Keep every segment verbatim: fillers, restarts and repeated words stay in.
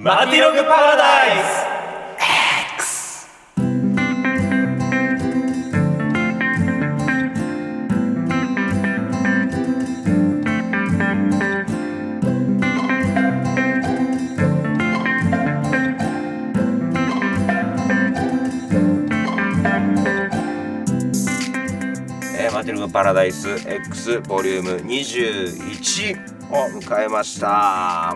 マティログパラダイス X。 えー、マティログパラダイス X ボリュームにじゅういちを迎えました。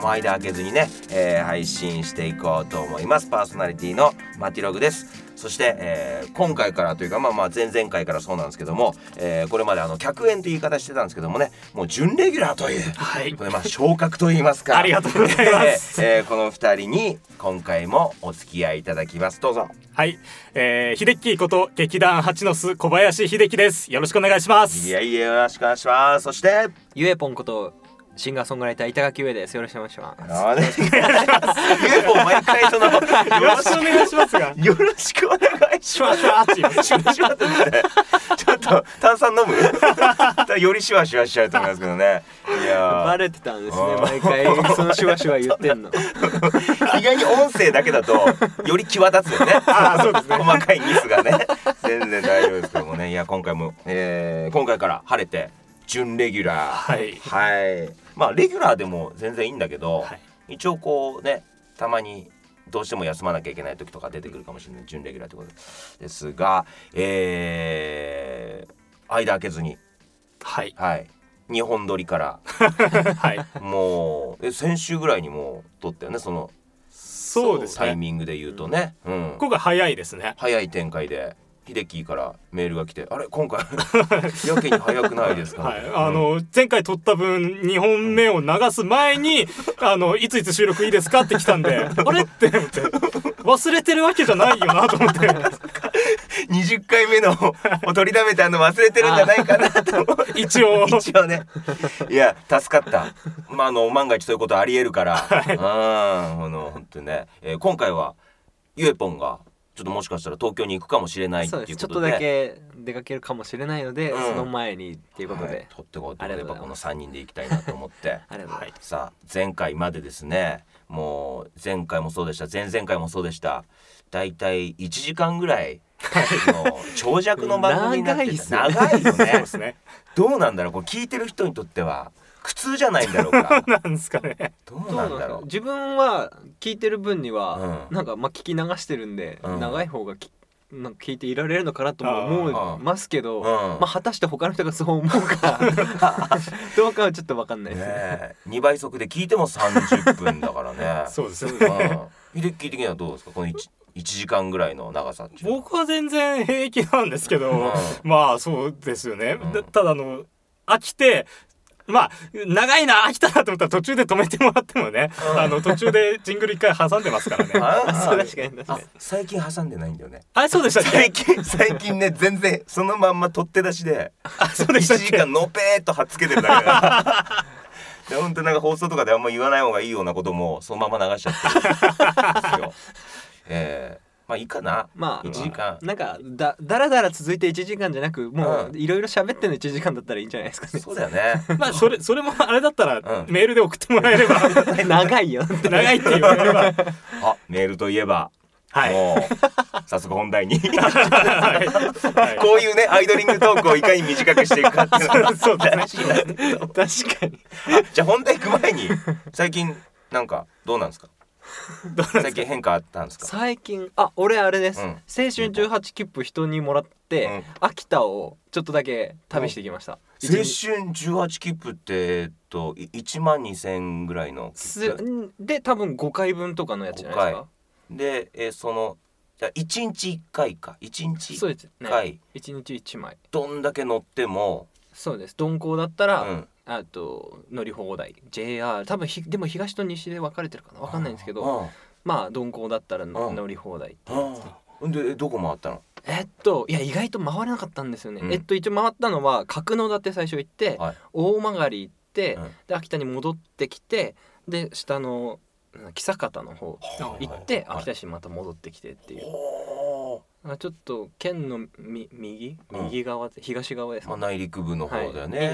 もう間開けずにね、えー、配信していこうと思います。パーソナリティのマティログです。そして、えー、今回からというかまあまあ前々回からそうなんですけども、えー、これまであの客演という言い方してたんですけどもね、もう準レギュラーという、はい、これまあ昇格と言いますかありがとうございます、 えーえー、このふたりに今回もお付き合いいただきます。どうぞ。 はい、えー、秀樹こと劇団ハチノス小林秀樹です。よろしくお願いします。 いやいや、よろしくお願いします。そしてゆえぽんことシンガーソングライター板垣ゆえです。よろしくお願いします。 あね、ゆえぽん毎回そのよろしくお願いしますがよろしくお願いします。 シュワシュワってシュワシュワってちょっと炭酸飲むよりシュワシュワしちゃうと思いますけどね。いやバレてたんですね。毎回そのシュワシュワ言ってんの。 意外に音声だけだとより際立つよね。 あ、そうですね。 細かいミスがね。全然大丈夫ですけどもね。いや今回も、えー、今回から晴れて準レギュラー。 はい。 はい。まあレギュラーでも全然いいんだけど、はい、一応こうね、たまにどうしても休まなきゃいけない時とか出てくるかもしれない準レギュラーということですが、えー、間開けずに、 はい、 はい、にほん撮りからはい、 もうえ先週ぐらいにもう撮ったよね、そのそうですね、 タイミングで言うとね、うん、 今回早いですね。 早い展開で秀樹からメールが来て、あれ今回やけに早くないですか、ね、 はい、あの、うん、前回撮った分にほんめを流す前にあのいついつ収録いいですかって来たんであれって思って忘れてるわけじゃないよなと思ってにじゅっかいめのを取りだめたの忘れてるんじゃないかなと一応一応ね、いや助かった。まああの万が一そういうことありえるから、はい、ああの本当にね、えー、今回はゆえぽんがちょっともしかしたら東京に行くかもしれないっていうことで、 ちょっとだけ出かけるかもしれないので、うん、その前にっていうことで、 はい、取ってこうということで、このさんにんで行きたいなと思ってありがとうございます。 さあ前回までですね、もう前回もそうでした、前々回もそうでした、だいたいいちじかんぐらいの長尺の番組になってた。長いよねどうなんだろう、こう聞いてる人にとっては苦痛じゃないんだろうかなんですかね。 どうなんだろう。 自分は聞いてる分には、うん、なんかまあ聞き流してるんで、うん、長い方がきなんか聞いていられるのかなとも思いますけど、うん、まあ果たして他の人がそう思うかどうかはちょっと分かんないですね。 ね、にばい速で聞いてもさんじゅっぷんだからねそうですね。 秀樹的にはどうですか、この 1, いちじかんぐらいの長さっていう。 僕は全然平気なんですけど、うん、まあそうですよね、うん、ただあの飽きてまあ長いな飽きたなと思ったら途中で止めてもらってもね、うん、あの途中でジングル一回挟んでますからねそう確かに確かに。 最近挟んでないんだよね。 あれそうでしたっけ。 最近最近ね全然そのまんま取って出しであそうでしたっけ。 いちじかんのぺーっとはっつけてるだけだで本当なんか放送とかであんま言わない方がいいようなこともそのまま流しちゃってるんですよ。えーまあいいかな、 まあ、 いちじかんなんかだだらだら続いていちじかんじゃなく、もういろいろ喋ってのいちじかんだったらいいんじゃないですかね。 そうだよねまあそれそれもあれだったら、うん、メールで送ってもらえれば長いよ長いって言われればあメールといえば、はい、もう早速本題にはいはい、こういうねアイドリングトークをいかに短くしていくかっていうのそうですね確かに。 あじゃあ本題行く前に最近なんかどうなんですか最近変化あったんですか。 最近あ俺あれです、うん、青春じゅうはち切符人にもらって、うん、秋田をちょっとだけ旅してきました、 うん、青春じゅうはち切符ってえっといちまんにせんぐらいの切符で多分ごかいぶんとかのやつじゃないですか。 で、えー、そのじゃあいちにちいっかいかいちにちいっかいそうですね、いちにちいちまいどんだけ乗ってもそうです。鈍行だったら、うん、あと乗り放題 ジェイアール 多分ひでも東と西で分かれてるかな分かんないんですけど、まあ鈍行だったら乗り放題ってやつでどこ回ったの。 えっといや意外と回れなかったんですよね、うん、えっと一応回ったのは角館最初行って、はい、大曲行って、うん、で秋田に戻ってきてで下の木佐方の方行って、はい、秋田市また戻ってきてっていう、はい、ちょっと県のみ右右側で、うん、東側ですね、 まあ、内陸部の方だよね、 はい、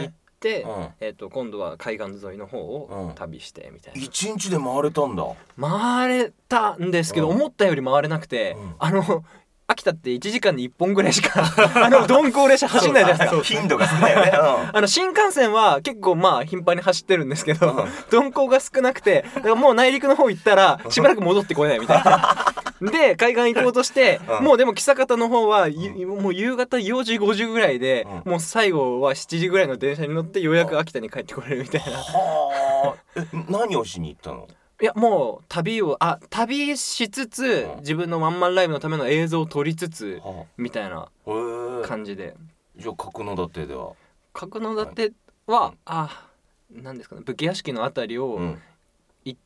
て、 うん、 えー、と今度は海岸沿いの方を旅してみたいな、 うん、一日で回れたんだ。 回れたんですけど、うん、思ったより回れなくて、うん、あの秋田っていちじかんにいっぽんぐらいしかあの鈍行列車走んないじゃないですか。 頻度が少ないよね、うん、 あの新幹線は結構まあ頻繁に走ってるんですけど、うん、鈍行が少なくて、だからもう内陸の方行ったらしばらく戻ってこれないみたいなで海岸行こうとして、うん、もうでも象方の方は、うん、もう夕方よじごじぐらいで、うん、もう最後はしちじぐらいの電車に乗ってようやく秋田に帰ってこれるみたいな。 はあえ何をしに行ったの？ いやもう旅をあ旅しつつ、うん、自分のワンマンライブのための映像を撮りつつ、はあ、みたいな感じで。 じゃあ角館では角館は、はい、あなんですかね武家屋敷のあたりを行って、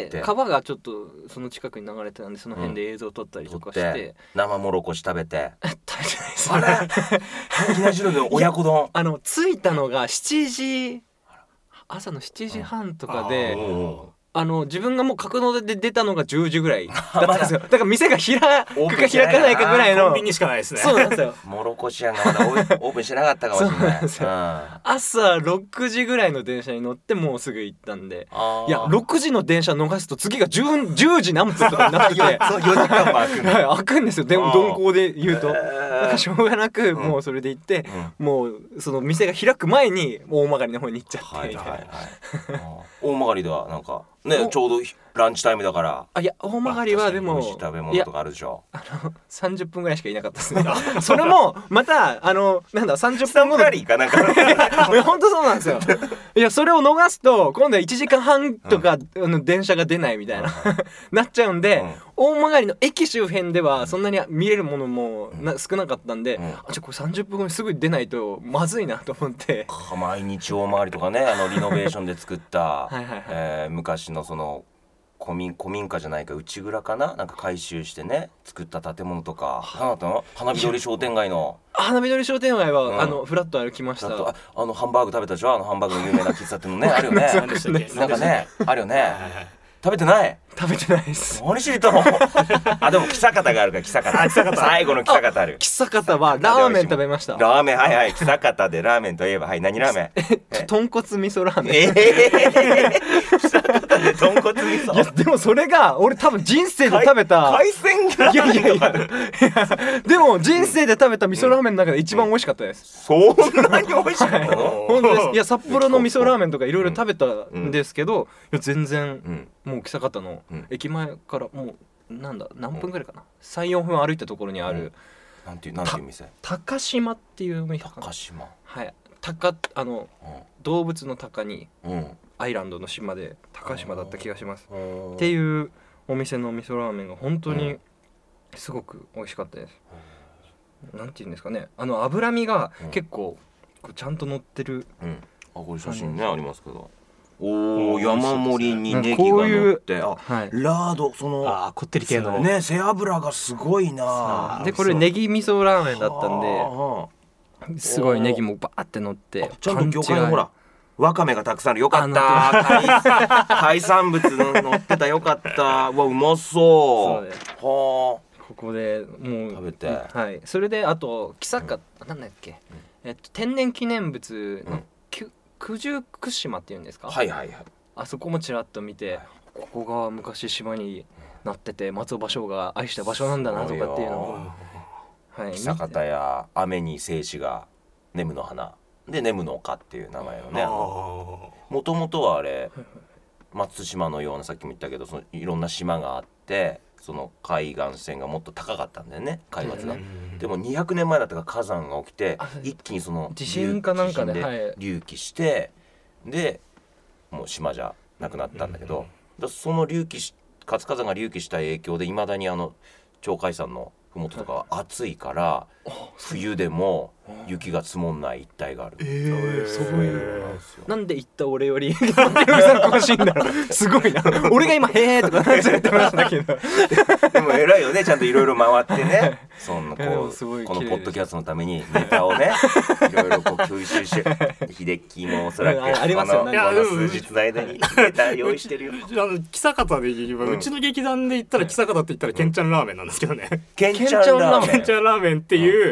うん、川がちょっとその近くに流れてたんでその辺で映像を撮ったりとかして、うん、 生もろこし食べて食べてないですあれいきなり白で親子丼あの着いたのがしちじ朝のしちじはんとかで、うんあの自分がもう角館で出たのがじゅうじぐらいだったんですよ。だから店が開くか開かないかぐらいのコンビニしかないですね。 そうなんですよ。 もろこし屋がまだオープンしてなかったかもしれない。うん、 朝ろくじぐらいの電車に乗ってもうすぐ行ったんで、いやろくじの電車逃すと次が 10, じゅうじ何分とかになっててそうよじかんも開くんだ、 はい、開くんですよ。でも鈍行で言うとなんかしょうがなくもうそれで行って、うん、もうその店が開く前に大曲の方に行っちゃって、はいはいはい、 大曲ではなんかねちょうどランチタイムだからあいや大曲はでも美味しい食べ物とかあるでしょ。 あのさんじゅっぷんぐらいしかいなかったですねそれもまたあのなんださんじゅっぷんごのかなんかいや本当そうなんですよ。いやそれを逃すと今度はいちじかんはんとか、うん、あの電車が出ないみたいななっちゃうんで、うん、大曲の駅周辺ではそんなに見れるものもな少なかったんで、うん、あじゃあこれさんじゅっぷんごにすぐ出ないとまずいなと思って毎日大曲とかねあのリノベーションで作ったはいはい、はいえー、昔のその古民、古民家じゃないか内蔵かななんか改修してね作った建物とか何だったの花火通り商店街の花火通り商店街は、うん、あのフラッと歩きました。 あ, あのハンバーグ食べたでしょあのハンバーグの有名な喫茶店のねあるよねなんかねあるよね、はいはい、食べてない食べてないです。 何しに行ったのあでも象方があるから象方最後の象方ある象方はラーメン食べました。 ラーメンはいはい象方でラーメンといえばはい何ラーメンえ豚骨味噌ラーメンえー、象方で豚骨味噌いやでもそれが俺多分人生で食べた海鮮ラーメンとかででも人生で食べた味噌ラーメンの中で一番美味しかったです、 うんうん、そんなに美味しかったの、はい、 本当です。いや札幌の味噌ラーメンとかいろいろ食べたんですけど、うん、いや全然、うんもう象方の駅前からもうなんだ何分ぐらいかな、うん、さんよんぷん歩いたところにある、うん、 なんていうなんていう店高島っていう店高島はい高あの、うん、動物の鷹に、 うん、 アイランドの島で高島だった気がします、うん、っていうお店の味噌ラーメンが本当にすごく美味しかったです、うん、なんていうんですかねあの脂身が結構、こうちゃんと乗ってる、 うん、あこれ写真ねありますけどおー山盛りにネギが乗ってあ、はい、ラードそのあこってり系のね背脂がすごいなでこれネギ味噌ラーメンだったんですごいネギもバーって乗ってちゃんと魚介のほらわかめがたくさんあるよかった海産物の乗ってたよかったうわうまそうはあここでもう食べてはいそれであと象方、うん、なんだっけ、うん、えっと天然記念物の、うん九十九島っていうんですか、 はいはいはい、 あそこもちらっと見て、はい、ここが昔島になってて松尾芭蕉が愛した場所なんだなとかっていうのを、 はい、象方や雨に生死がネムの花でネムの丘っていう名前のねもともとはあれ松島のようなさっきも言ったけどそのいろんな島があってその海岸線がもっと高かったんだよね海抜が、でもにひゃくねんまえだったから火山が起きて一気にその地震かなんかで隆起してでもう島じゃなくなったんだけど、だその隆起し活火山が隆起した影響でいまだにあの鳥海山の麓とかは暑いから冬でも雪が積もんない一帯がある。 えー、そういうなんで言った俺より詳しいんだろうすごいな俺が今へーとかなっちゃってましたけどでも偉いよねちゃんといろいろ回ってねそんなこうこのポッドキャストのためにネタをねいろいろこう吸収して秀樹もおそらくありますよねこの数日の間にネタ用意してるよ。 あの象方で言えば、うん、うちの劇団で言ったら象方って言ったらケンちゃんラーメンなんですけどね、 ケンちゃんラーメンケンちゃんラーメンっていう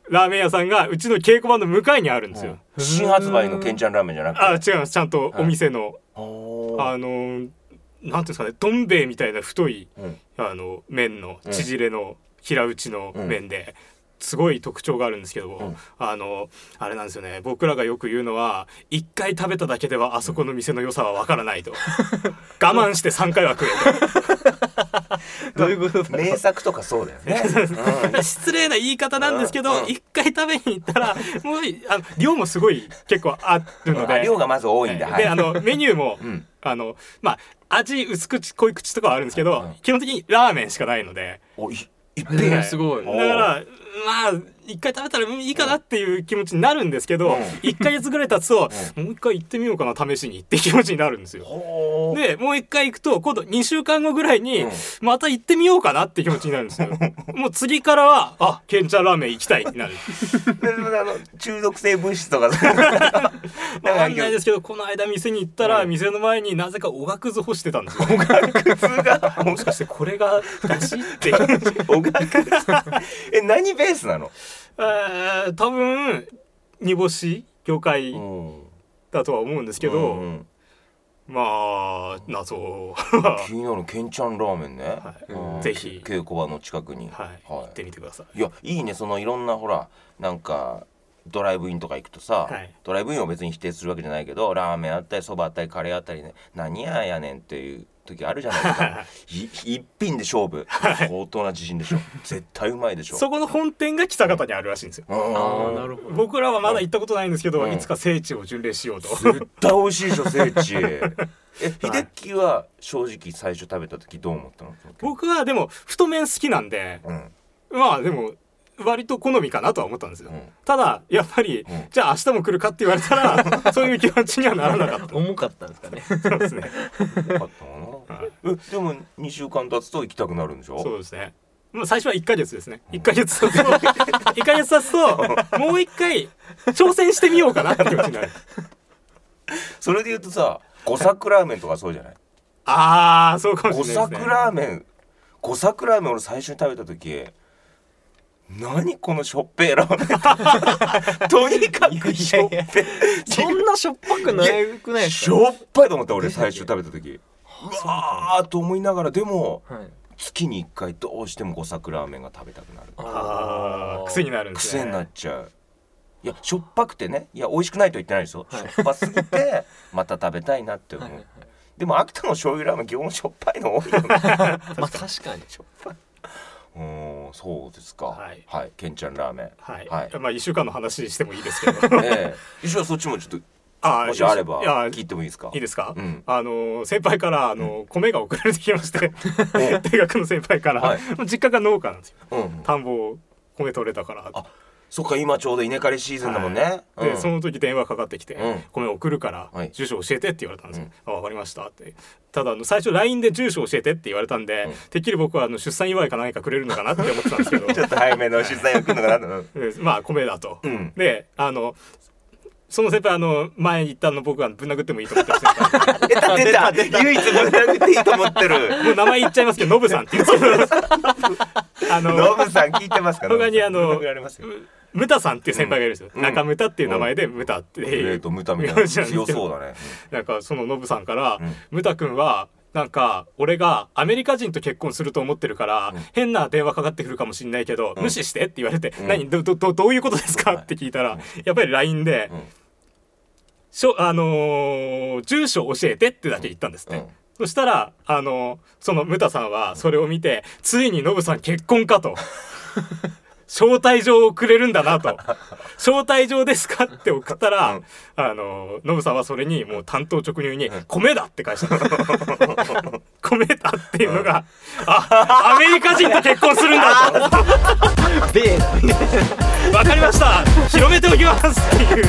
ラーメン屋さんがうちの稽古場の向かいにあるんですよ、 うん、新発売のケンちゃんラーメンじゃなくて、 あ違います、ちゃんとお店の、 はい、 あのなんていうんですかね、どん兵衛みたいな太い、 うん、 あの麺の縮れの平打ちの麺で、うんすごい特徴があるんですけど、うん、あのあれなんですよね、僕らがよく言うのは一回食べただけではあそこの店の良さはわからないと我慢してさんかいは食えとどういうことだ名作とかそうだよねうん、失礼な言い方なんですけど一、うん、回食べに行ったらもうあの量もすごい結構あるので量がまず多いんだ、 であのメニューも、うん、あのまあ味薄口濃い口とかはあるんですけど、うん、基本的にラーメンしかないのでおい一品すごい。 だからまあ一回食べたらいいかなっていう気持ちになるんですけど、いっかげつぐらい経つと、うん、もう一回行ってみようかな試しにって気持ちになるんですよ。でもう一回行くと今度にしゅうかんごぐらいにまた行ってみようかなって気持ちになるんですよ。もう次からはあケンちゃんラーメン行きたいになる。 あの中毒性物質とかわかんないですけどこの間店に行ったら、うん、店の前になぜかおがくず干してたんですよ。 おがくずがもしかしてこれがだしっておがくずえ何ベースなの？ えー、多分煮干し魚介だとは思うんですけど、うんうん、まあ謎気になるケンちゃんラーメンね、 はい、うん、ぜひ稽古場の近くに、 はいはい、行ってみてください。 いやいいね、そのいろんなほらなんかドライブインとか行くとさ、はい、ドライブインを別に否定するわけじゃないけどラーメンあったりそばあったりカレーあったりね、何ややねんっていう時あるじゃないですか一品で勝負、はい、相当な自信でしょ絶対うまいでしょ。 そこの本店が北方にあるらしいんですよ。 ああなるほど。 僕らはまだ行ったことないんですけど、うん、いつか聖地を巡礼しようと。 絶対美味しいでしょ聖地え秀樹は正直最初食べた時どう思ったの？ 僕はでも太麺好きなんで、うん、まあでも割と好みかなとは思ったんですよ、うん、ただやっぱり、うん、じゃあ明日も来るかって言われたらそういう気持ちにはならなかった。 重かったんですかね。 そうですね重かったな、はい、えでもにしゅうかん経つと行きたくなるんでしょ？ そうですね。もう最初はいっかげつですね、うん、いっかげつ経つといっかげつ経つともう一回挑戦してみようかなって気持ちになる。 それで言うとさ五作ラーメンとかそうじゃない？ ああそうかもしれないですね。 五作ラーメン五作ラーメン俺最初に食べた時何このしょっぺーラーメンとにかくしょっぺそんなしょっぱくないくないですか？ しょっぱいと思った俺最初食べた時うわーと思いながらでも、はい、月にいっかいどうしても五作ラーメンが食べたくなる。 あ癖になるんですね。 癖になっちゃう。いやしょっぱくてね、いや美味しくないと言ってないですよ、はい、しょっぱすぎてまた食べたいなって思う、はいはい、でも秋田の醤油ラーメン基本しょっぱいの多いよね。 まあ確かにしょっぱい。うんそうですか。はい、はい、けんちゃんラーメン。 はい。はい、まあいっしゅうかんの話してもいいですけど。 ええ、一緒そっちもちょっとあもしあれば聞いてもいいですか？ いいですか？うん、あの先輩からあの、うん、米が送られてきまして大学の先輩から、はい、実家が農家なんですよ。うんうん、田んぼ米取れたから。あそっか今ちょうど稲刈りシーズンだもんね。はいうん、でその時電話かかってきて、うん、米送るから、はい、住所教えてって言われたんですよ。うん、あ分かりましたって。ただあの最初 ライン で住所教えてって言われたんで、うん、てっきり僕はあの出産祝いか何かくれるのかなって思ってたんですけどちょっと早めの出産祝い来るのかなとまあ米だと、うん、であのその先輩あの前に言ったの僕はぶん殴ってもいいと思ってる先輩出た出た出た唯一ぶん殴っていいと思ってるもう名前言っちゃいますけどノブさんって言うんですけどあのノブさん聞いてますか？ 他にあのムタさんっていう先輩がいるんですよ、うん、中ムタっていう名前でムタっていう、 うん、えーとムタみたいな強そうだね、 うん、なんかそのノブさんから、うん、ムタ君はなんか俺がアメリカ人と結婚すると思ってるから、うん、変な電話かかってくるかもしれないけど、うん、無視してって言われて、うん、何 ど, ど, ど, どういうことですか、はい、って聞いたら、うん、やっぱり ライン で、うんしょあのー、住所教えてってだけ言ったんですって、うん、そしたら、あのー、そのムタさんはそれを見てついにノブさん結婚かと招待状をくれるんだなと招待状ですかって送ったら、うん、あのノブさんはそれにもう単刀直入に、うん、米だって返したんです米だっていうのが、うん、あアメリカ人と結婚するんだとベーわかりました広めておきますっていう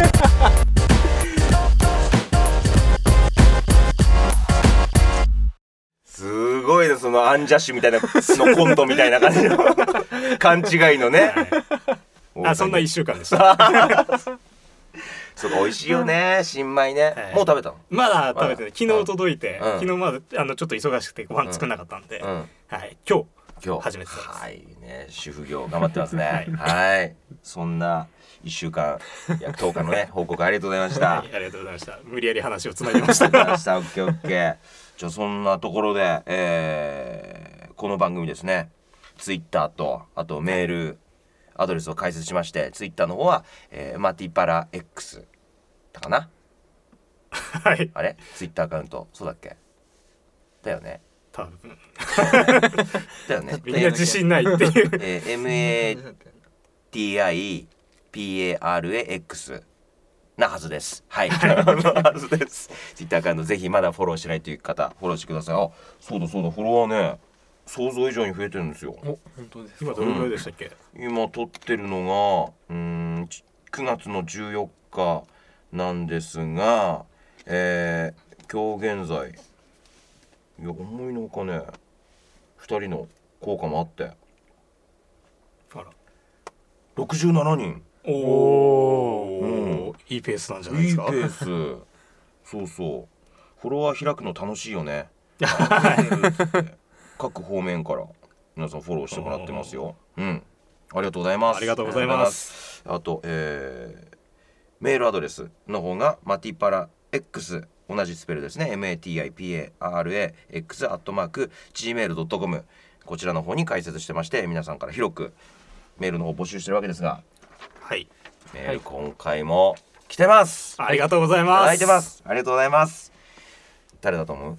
すごいねそのアンジャッシュみたいなのコントみたいな感じの勘違いのね、 はい、あそんないっしゅうかんでしたそう美味しいよね新米ね、はい、もう食べたの？ まだ食べてない昨日届いて、うん、昨日まだあのちょっと忙しくてご飯作んなかったんで、うんうん、はい、今日今日初めてです。 はいね主婦業頑張ってますねはい、はいそんないっしゅうかん約とおかのね報告ありがとうございました、 はい、ありがとうございました。無理やり話をつなぎましたオッケーオッケー。じゃあそんなところで、えー、この番組ですね、ツイッターとあとメールアドレスを開設しまして、ツイッターの方は、えー、マティパラ X だかなはい、 あれツイッターアカウントそうだっけだよね多分だよねみんな自信ないっていう、 えー、エムエーティーアイピーエーアールエーエックス なはずです。はいはずです。ツイッターアカウントぜひまだフォローしないという方フォローしてください。あ、そうだそうだ、フォロワーね想像以上に増えてるんですよ。 お、本当ですか。 今どれぐらいでしたっけ、 うん、今撮ってるのがうーんくがつのじゅうよっかなんですが、えー、今日現在いや思いのほかねふたりの効果もあってあらろくじゅうななにん。 おお、うん、いいペースなんじゃないですか。 いいペースそうそう、フォロワー開くの楽しいよね各方面から皆さんフォローしてもらってますよ。うん、ありがとうございます。 ありがとうございます。 あと、えー、メールアドレスの方がマティパラ X 同じスペルですね エムエーティーアイピーエーアールエーエックス アットマーク ジーメールドットコム こちらの方に開設してまして、皆さんから広くメールの方を募集してるわけですが、 はい、 メール今回も来てます。 ありがとうございます。 いただいてます。ありがとうございます。誰だと思う？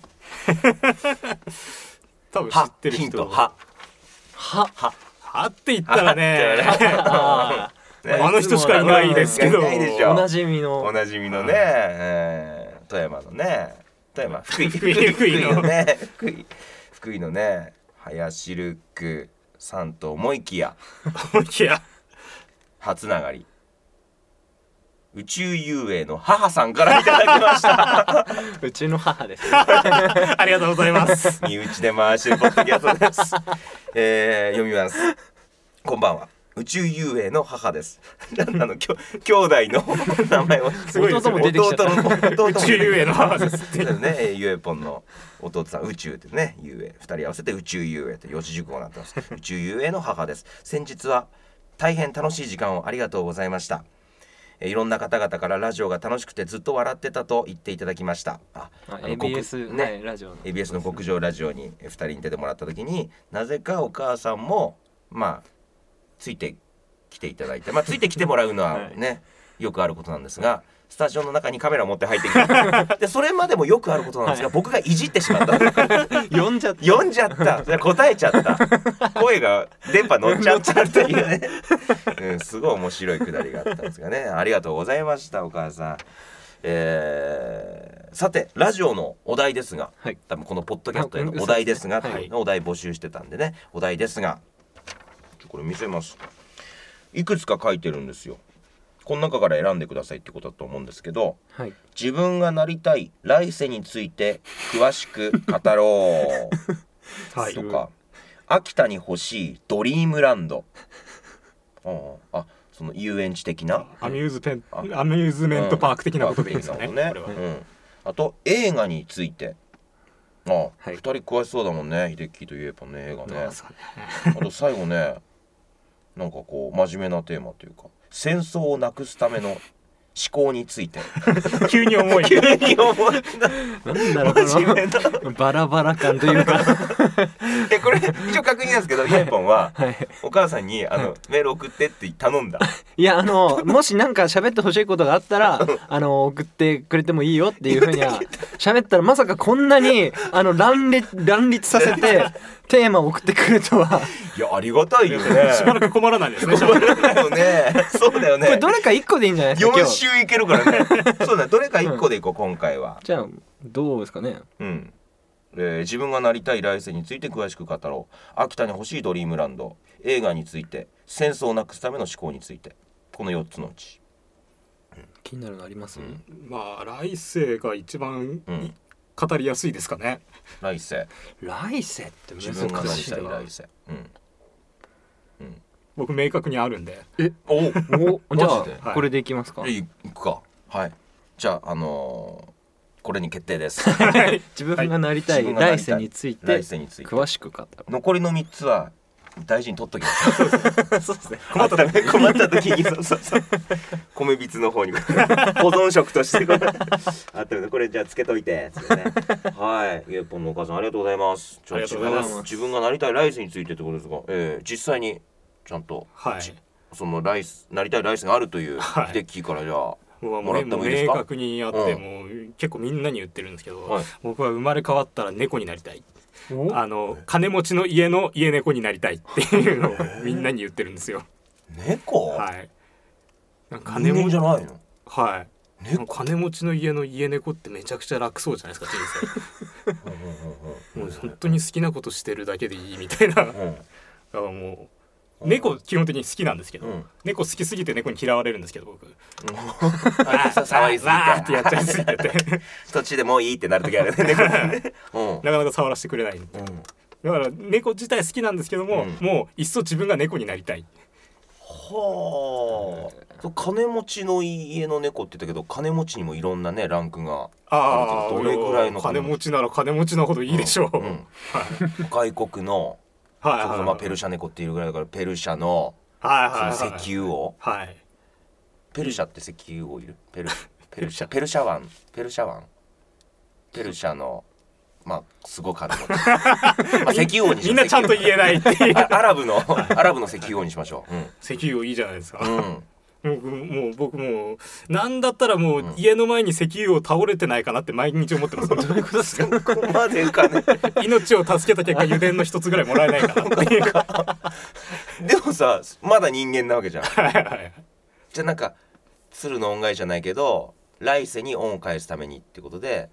多分知ってる人。 ヒントははははって言ったらねああの人しかいないですけど、 いないでしょ。 おなじみのおなじみのね、えー、富山のね富山福井福井福井のね福井福井のね林ルックさんと思いきや思いきや初ながり宇宙遊泳の母さんからいただきましたうちの母ですありがとうございます身内で回してるポッドキャストです、えー、読みます。こんばんは、宇宙遊泳の母です。あのきょ兄弟の名前をすごい弟も出てきちゃった。 弟の宇宙遊泳の母ですってね、ゆえぽんの弟さん宇宙ってね遊泳二人合わせて宇宙遊泳と四字熟語になってます。宇宙遊泳の母です。先日は大変楽しい時間をありがとうございました。いろんな方々からラジオが楽しくてずっと笑ってたと言っていただきました。ああの エービーエス、ね、はい、ラジオのエービーエス の極上ラジオにふたりに出てもらった時に、なぜかお母さんもまあついてきていただいて、まあついてきてもらうのはね、はい、よくあることなんですが、スタジオの中にカメラ持って入ってきてでそれまでもよくあることなんですが、はい、僕がいじってしまった呼んじゃった呼んじゃった答えちゃった声が電波乗っちゃったっていうね、うん、すごい面白いくだりがあったんですがね、ありがとうございましたお母さん。えー、さてラジオのお題ですが、はい、多分このポッドキャストへのお題ですが、はい、お題募集してたんでね、お題ですがこれ見せます。いくつか書いてるんですよ。この中から選んでくださいってことだと思うんですけど、はい、自分がなりたい来世について詳しく語ろう、はい、とか秋田に欲しいドリームランドああ、その遊園地的なアミューズペンアミューズメントパーク的なことでいいですかね、 ね、これは、うん、あと映画についてああ、はい、ふたり詳しそうだもんね、秀樹といえばね映画ねあと最後ねなんかこう真面目なテーマというか戦争をなくすための思考について急に重い急に重いなんだろうこのバラバラ感というかえこれ一応確認なんですけど、イエポンは、はい、お母さんにあの、はい、メール送ってって頼んだ。 いやあのもしなんか喋ってほしいことがあったらあの送ってくれてもいいよっていうふうには喋ったら、まさかこんなにあの乱立乱立させてテーマを送ってくるとは。 いやありがたいよね。 しばらく困らないですね。 困らないよね。そうだよね。 これどれかいっこでいいんじゃないですか。 よん週いけるからね。そうだ、どれかいっこでいこう、うん、今回は。 じゃあどうですかね。 うん。えー、自分がなりたい来世について詳しく語ろう、秋田に欲しいドリームランド、映画について、戦争をなくすための思考について、このよっつのうち、 うん、気になるのあります、うん、 まあ来世が一番、うん、語りやすいですかね。 来世来世って難しい。 自分がなりたい来世、うんうん、僕明確にあるんで。 えおおじゃあ、はい、これでいきますか。 いくか。はい、じゃああのーこれに決定です自分がなりたい来世について詳しく語る。 残りのみっつは大事に取っときますそうですね。 困った時困った時にそうそうそう米びつの方に保存食としてこれあったのでこれじゃあつけといてつってねはいゆうぽんのお母さんありがとうございます。 ありがとうございます。 自分がなりたいライスについてってことですが、えー、実際にちゃんと、 はい、 そのライスなりたいライスがあるという秀樹からじゃあもらってもいいですか。 明確にあって、うん、もう結構みんなに言ってるんですけど、はい、僕は生まれ変わったら猫になりたい、あの金持ちの家の家猫になりたいっていうのをみんなに言ってるんですよ。 猫？ はい。 金持ちじゃないの？ はい。金持ちの家の家猫ってめちゃくちゃ楽そうじゃないですか人生もう本当に好きなことしてるだけでいいみたいな、うん、だからもう猫基本的に好きなんですけど、うん、猫好きすぎて猫に嫌われるんですけど僕、うん、 触りすぎてわーってやっちゃいすぎててそっちでもういいってなる時あるねうん、なかなか触らせてくれないんで、うん、だから猫自体好きなんですけども、うん、もういっそ自分が猫になりたい。 はあ、金持ちの家の猫って言ったけど金持ちにもいろんなねランクがあるけどどれくらいの金持ちなら金持ちのほどいいでしょう、うんうん、 外国のはいはいはい、まあ、ペルシャ猫っていうぐらいだからペルシャの、はいはいはい、その石油王、はい、ペルシャって石油王いる？ペルペルシャペルシャ湾ペルシャ湾ペルシャのまあすごい金持ち、まあ、石油王にしましょう。 みんなちゃんと言えないっていうアラブのアラブの石油王にしましょう、うん、 石油王いいじゃないですか、うん、僕もう僕もうなんだったらもう家の前に石油王倒れてないかなって毎日思ってます、うん、どういうことですか？ そこまでかね命を助けた結果油田の一つぐらいもらえないかなっていうでもさまだ人間なわけじゃんじゃあなんか鶴の恩返しじゃないけど来世に恩を返すためにってことで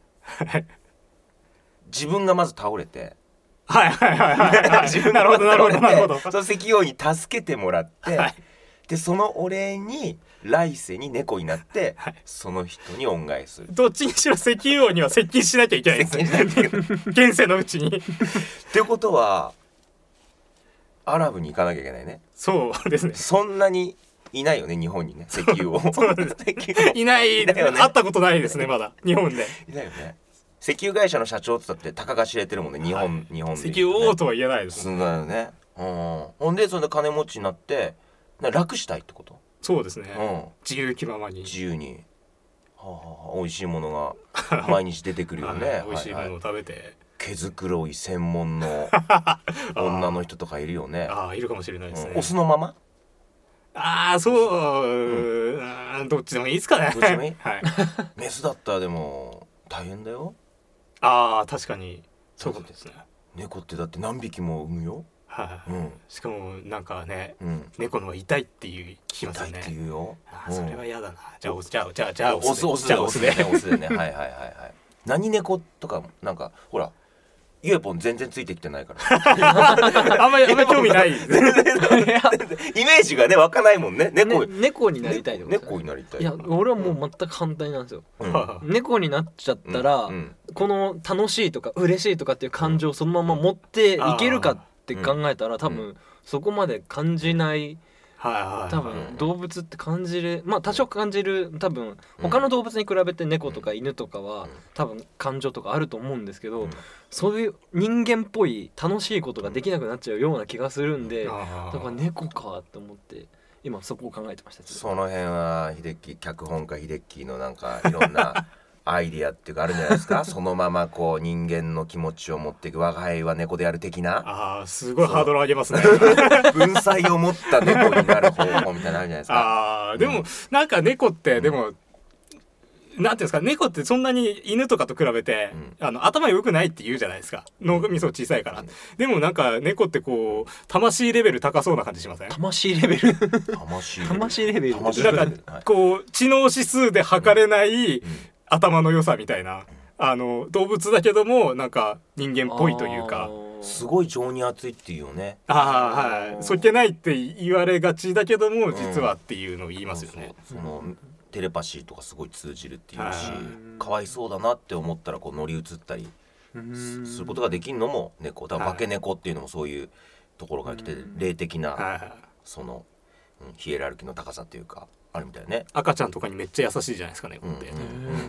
自分がまず倒れてはいはいはいはい自分が倒れてなるほどなるほどその石油王に助けてもらって、はい、でそのお礼に来世に猫になって、はい、その人に恩返しする。 どっちにしろ石油王には接近しなきゃいけないですね現世のうちにってことはアラブに行かなきゃいけないね。 そうですね。 そんなにいないよね日本にね石油王そうですいないいないよね。会ったことないですねまだ日本でいないよね。石油会社の社長って言ったってたかが知れてるもんね日本、はい、日本で、ね、 石油王とは言えないです。 そうだよね、うん、ほんでそれで金持ちになって楽したいってこと。 そうですね、うん、自由気ままに自由に、はあはあ、美味しいものが毎日出てくるよね、はい、 美味しいものを食べて、はいはい、 毛づくろい専門の女の人とかいるよねああいるかもしれないですね、 うん、オスのままああそう、うん、どっちでもいいですかねどっちでもいい、はい、メスだったらでも大変だよ。 ああ確かにそういうことですね。 猫ってだって何匹も産むよ。 はい、うん、しかもなんかね、うん、猫の方が痛いっていう聞きますよね。 痛いって言うよ。 あそれは嫌だな。じゃあじゃあじゃあじゃあオスオスでオスでオスでねはいはいはいはい。何猫とかなんかほらユエポン全然ついてきてないからあんまりあんまり興味ないイメージがね湧かないもんね。猫、 ね、猫になりたいってことですね。猫になりたい。 いや俺はもう全く反対なんですよ、うん、猫になっちゃったら、うん、この楽しいとか嬉しいとかっていう感情をそのまま持っていけるかって考えたら多分そこまで感じない多分動物って感じるまあ多少感じる多分他の動物に比べて猫とか犬とかは多分感情とかあると思うんですけどそういう人間っぽい楽しいことができなくなっちゃうような気がするんでだから猫かって思って今そこを考えてました。 その辺は秀樹脚本家秀樹のなんかいろんなアイディアっていうかあるんじゃないですかそのままこう人間の気持ちを持っていく我が輩は猫である的なあーすごいハードル上げますね文才を持った猫になる方法みたいなのあるじゃないですか。 あーでも、うん、なんか猫って、うん、でもなんていうんですか猫ってそんなに犬とかと比べて、うん、あの頭良くないって言うじゃないですか脳みそ小さいから、うん、でもなんか猫ってこう魂レベル高そうな感じしません？ 魂レベル魂レベル魂レベルなんかこう知能指数で測れない、うんうん頭の良さみたいなあの動物だけどもなんか人間っぽいというかすごい情に熱いっていうよね。 ああはいそっけないって言われがちだけども実はっていうのを言いますよね、 うん、そのテレパシーとかすごい通じるっていうしかわいそうだなって思ったらこう乗り移ったりすることができるのも猫だから化け猫っていうのもそういうところから来て霊的なその、うん、ヒエラルキーの高さっていうかあるみたいね。 赤ちゃんとかにめっちゃ優しいじゃないですか猫って、うんうんうん、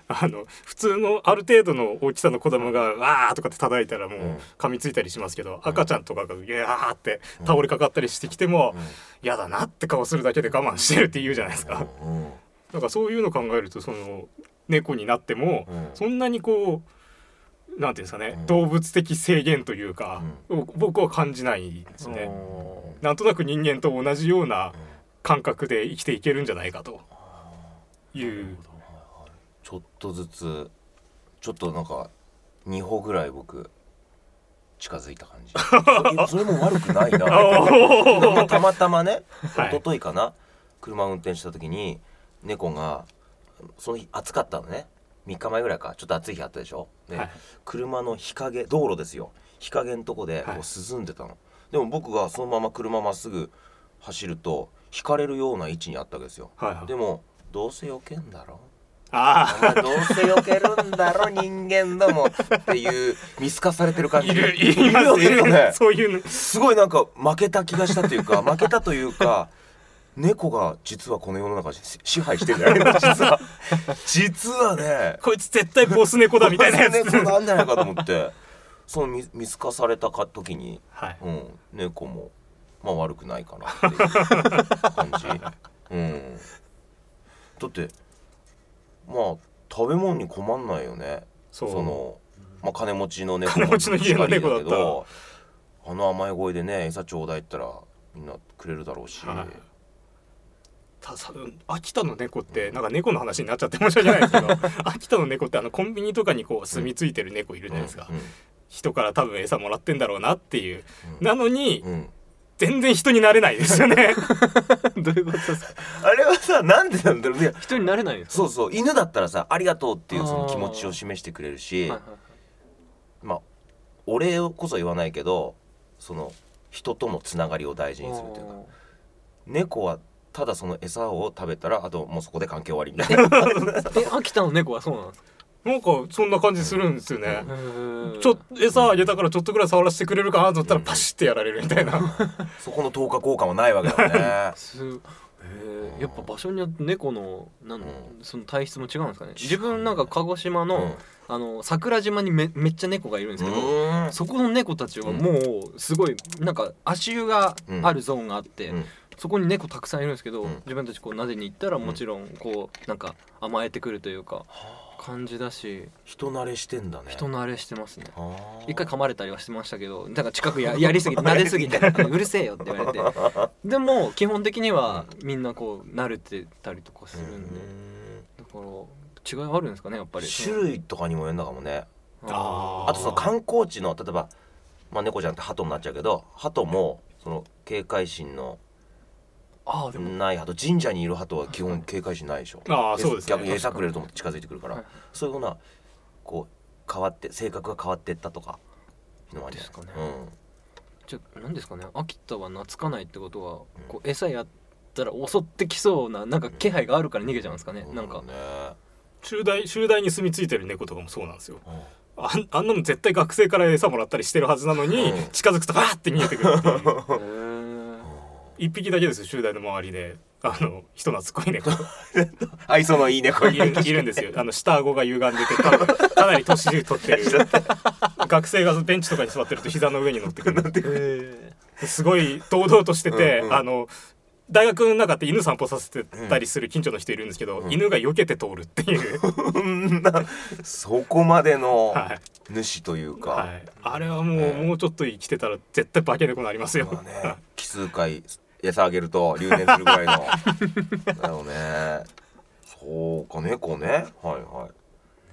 あの普通のある程度の大きさの子供がわーとかって叩いたらもう噛みついたりしますけど、うん、赤ちゃんとかがギャーって倒れかかったりしてきても、うん、やだなって顔するだけで我慢してるって言うじゃないですか、うん、だからそういうの考えるとその猫になってもそんなにこうなんていうんですかね、うん、動物的制限というか、うん、僕は感じないんですね。なんとなく人間と同じような感覚で生きていけるんじゃないかという。 ちょっとずつちょっとなんかに歩ぐらい僕近づいた感じそ, それも悪くないなたまたまね一昨日かな、はい、車を運転した時に猫がその日暑かったのね、みっかまえぐらいか、ちょっと暑い日あったでしょ、で、はい、車の日陰、道路ですよ、日陰のとこでこう涼んでたの、はい、でも僕がそのまま車まっすぐ走ると引かれるような位置にあったわけですよ、はいはい、でもどうせ避けんだろ、ああどうせ避けるんだろ人間どもっていう見透かされてる感じいるいるいます、いるよね、そういうのすごいなんか負けた気がしたというか負けたというか猫が実はこの世の中支配してるんじゃない実は実はねこいつ絶対ボス猫だみたいなやつボス猫なんじゃないかと思ってその 見, 見透かされたか時に、はい、うん、猫もまあ悪くないかなっていう感じ、うん、だってまあ食べ物に困んないよね。その、まあ、金持ちの猫金持ちの家の猫だったらあの甘い声でね餌ちょうだいって言ったらみんなくれるだろうし、はい、 た秋田の猫ってなんか猫の話になっちゃって申し訳ないですけど秋田の猫ってあのコンビニとかにこう住み着いてる猫いるじゃないですか、うんうん、人から多分餌もらってんだろうなっていう、うん、なのに、うん、全然人になれないですよねどういうことですかあれはさ、なんでなんだろうね、 人になれないんですか。 そうそう、犬だったらさありがとうっていうその気持ちを示してくれるし、はいはいはい、まあお礼こそ言わないけどその人とのつながりを大事にするというか、猫はただその餌を食べたらあともうそこで関係終わりみたいなえ、秋田の猫はそうなんですか。 なんかそんな感じするんですよね、うん、ちょ餌あげたからちょっとぐらい触らせてくれるかなと思ったらパシッてやられるみたいな、うん、 そこの等価交換はないわけだねすへやっぱ場所によって猫のなんその体質も違うんですかね。自分なんか鹿児島の、うん、あの桜島に め, めっちゃ猫がいるんですけど、そこの猫たちはもうすごいなんか足湯があるゾーンがあって、うんうん、そこに猫たくさんいるんですけど、うん、自分たちこう撫でに行ったらもちろんこうなんか甘えてくるというか感じだし、 人慣れしてんだね。 人慣れしてますね。一回噛まれたりはしてましたけど、だから近く や, やりすぎて撫ですぎてうるせえよって言われてでも基本的にはみんなこう慣れてたりとかするんで、だから違いあるんですかねやっぱり。 種類とかにもよるのかもね。あ, あとその観光地の例えば、まあ、猫ちゃんって鳩になっちゃうけど、鳩もその警戒心のあでもない鳩、神社にいる鳩は基本警戒心ないでしょ。 あそうですね、 逆に餌くれると思って近づいてくるから、はい、そういうようなこう変わって性格が変わっていったとかいうのもありですかね、うん、 じゃあ何ですかね、秋田は懐かないってことは、うん、こう餌やったら襲ってきそうななんか気配があるから逃げちゃうんですかね、うん、なんか、ね、 集団集団に住み着いてる猫とかもそうなんですよ、うん、あ, あんなの絶対学生から餌もらったりしてるはずなのに、うん、近づくとバーって逃げてくるっていう一匹だけですよ集団の周りであの人懐っこい猫愛想のいい猫い る, いるんですよ。あの下顎が歪んでてかかなり年取ってる学生がベンチとかに座ってると膝の上に乗ってくるすごい堂々としてて、うんうん、あの大学の中って犬散歩させてたりする近所の人いるんですけど、うん、犬が避けて通るっていうそこまでの主というか、はいはい、 あれはもう、えー、もうちょっと生きてたら絶対化け猫になりますよ、まあね、 奇数回餌あげると留年するぐらいのだよね。そうか猫ね、はいはい。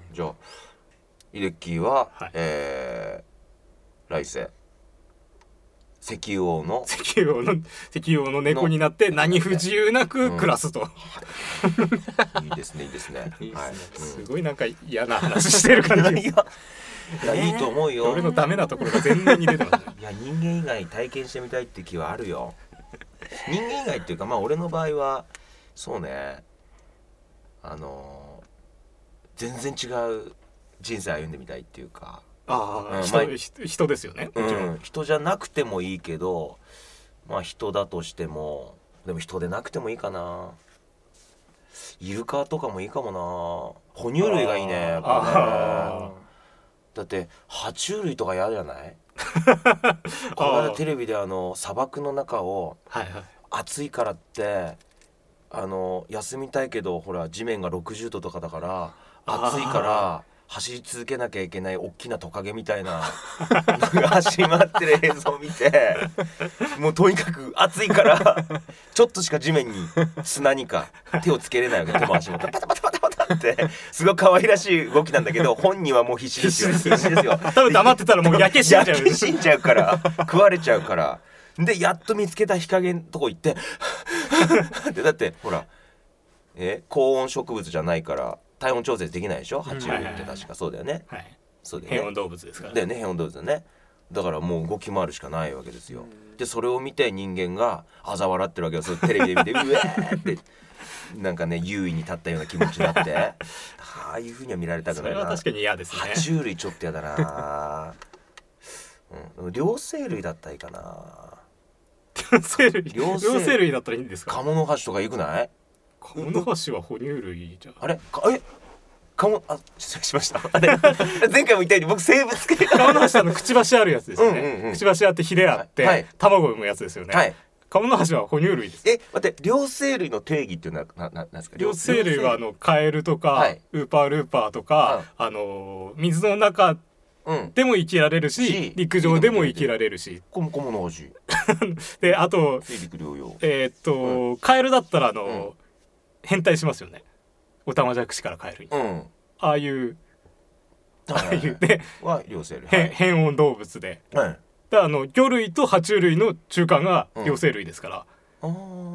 じゃあイレッキーは、はい、えー、来世石油王の石油王の石油王の猫になって何不自由なく暮らすと、 うん、いいですねいいですねいいですね、はい、すごいなんか嫌な話してる感じいやいやいいと思うよ。 俺のダメなところが全面に出てます、ね、 いや人間以外体験してみたいって気はあるよ。人間以外っていうかまあ俺の場合はそうね、あのー、全然違う人生歩んでみたいっていうか、 ああ、うん、人, まあ、人ですよね、もちろん、 うん、人じゃなくてもいいけどまあ人だとしてもでも人でなくてもいいかな。 イルカとかもいいかもな。哺乳類がいいねやっぱね。だって爬虫類とか嫌じゃないこの間テレビであの砂漠の中を、はいはい、暑いからってあの休みたいけどほら地面がろくじゅうどとかだから暑いから走り続けなきゃいけない大きなトカゲみたいなのが走り回ってる映像を見てもうとにかく暑いからちょっとしか地面に砂にか手をつけれないわけ。手も足もパタパタパタパタってすごい可愛らしい動きなんだけど本人はもう必死ですよ。必死ですよ。 多分黙ってたらもう焼け死んじゃう。 焼け死んじゃうから食われちゃうからでやっと見つけた日陰のとこ行ってでだってほらえ高温植物じゃないから体温調節できないでしょ。爬虫類って確かそうだよね、 はい、 そうだよね。 変温動物ですからだよね。変温動物だね。だからもう動き回るしかないわけですよ。でそれを見て人間が嘲笑ってるわけよ。それテレビで見てうえーってなんかね優位に立ったような気持ちになってああいう風には見られたくないな。 それは確かに嫌ですね。 爬虫類ちょっとやだな、うん、両生類だったらいいかな。 両生類両生類だったらいいんですか。 カモノハシとかよくない？ カモノハシは哺乳類じゃん。 あれかえカモあ失礼しましたあれ前回も言ったように僕生物系カモノハシはのくちばしあるやつですよね、うんうんうん、くちばしあってヒレあって、はい、卵を産むやつですよね、はい、カモノハシは哺乳類です。 え待って両生類の定義っていうのはなななんですか。 両生類はあのカエルとか、はい、ウーパールーパーとか、うん、あの水の中でも生きられるし、うん、陸上でも生きられるし。 コモコモノハシであと陸両用えー、っと、うん、カエルだったらあの、うん、変態しますよね。オタマジャクシからカエルに、うん、ああいうああいうで両生類、 はい、変温動物で、はい、だあの魚類と爬虫類の中間が両生類ですから、うん、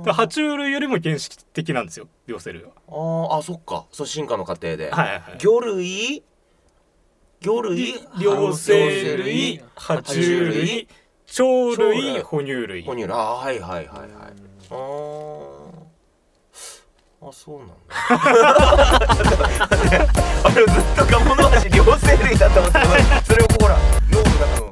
だ爬虫類よりも原始的なんですよ両生類は。 ああそっかそう進化の過程で、 はいはい、 魚類魚類両生類爬虫類鳥類哺乳類哺乳類あはいはいはいはいああそうなんだあれずっとカモノハシ両生類だと思ってそれをほら脳の中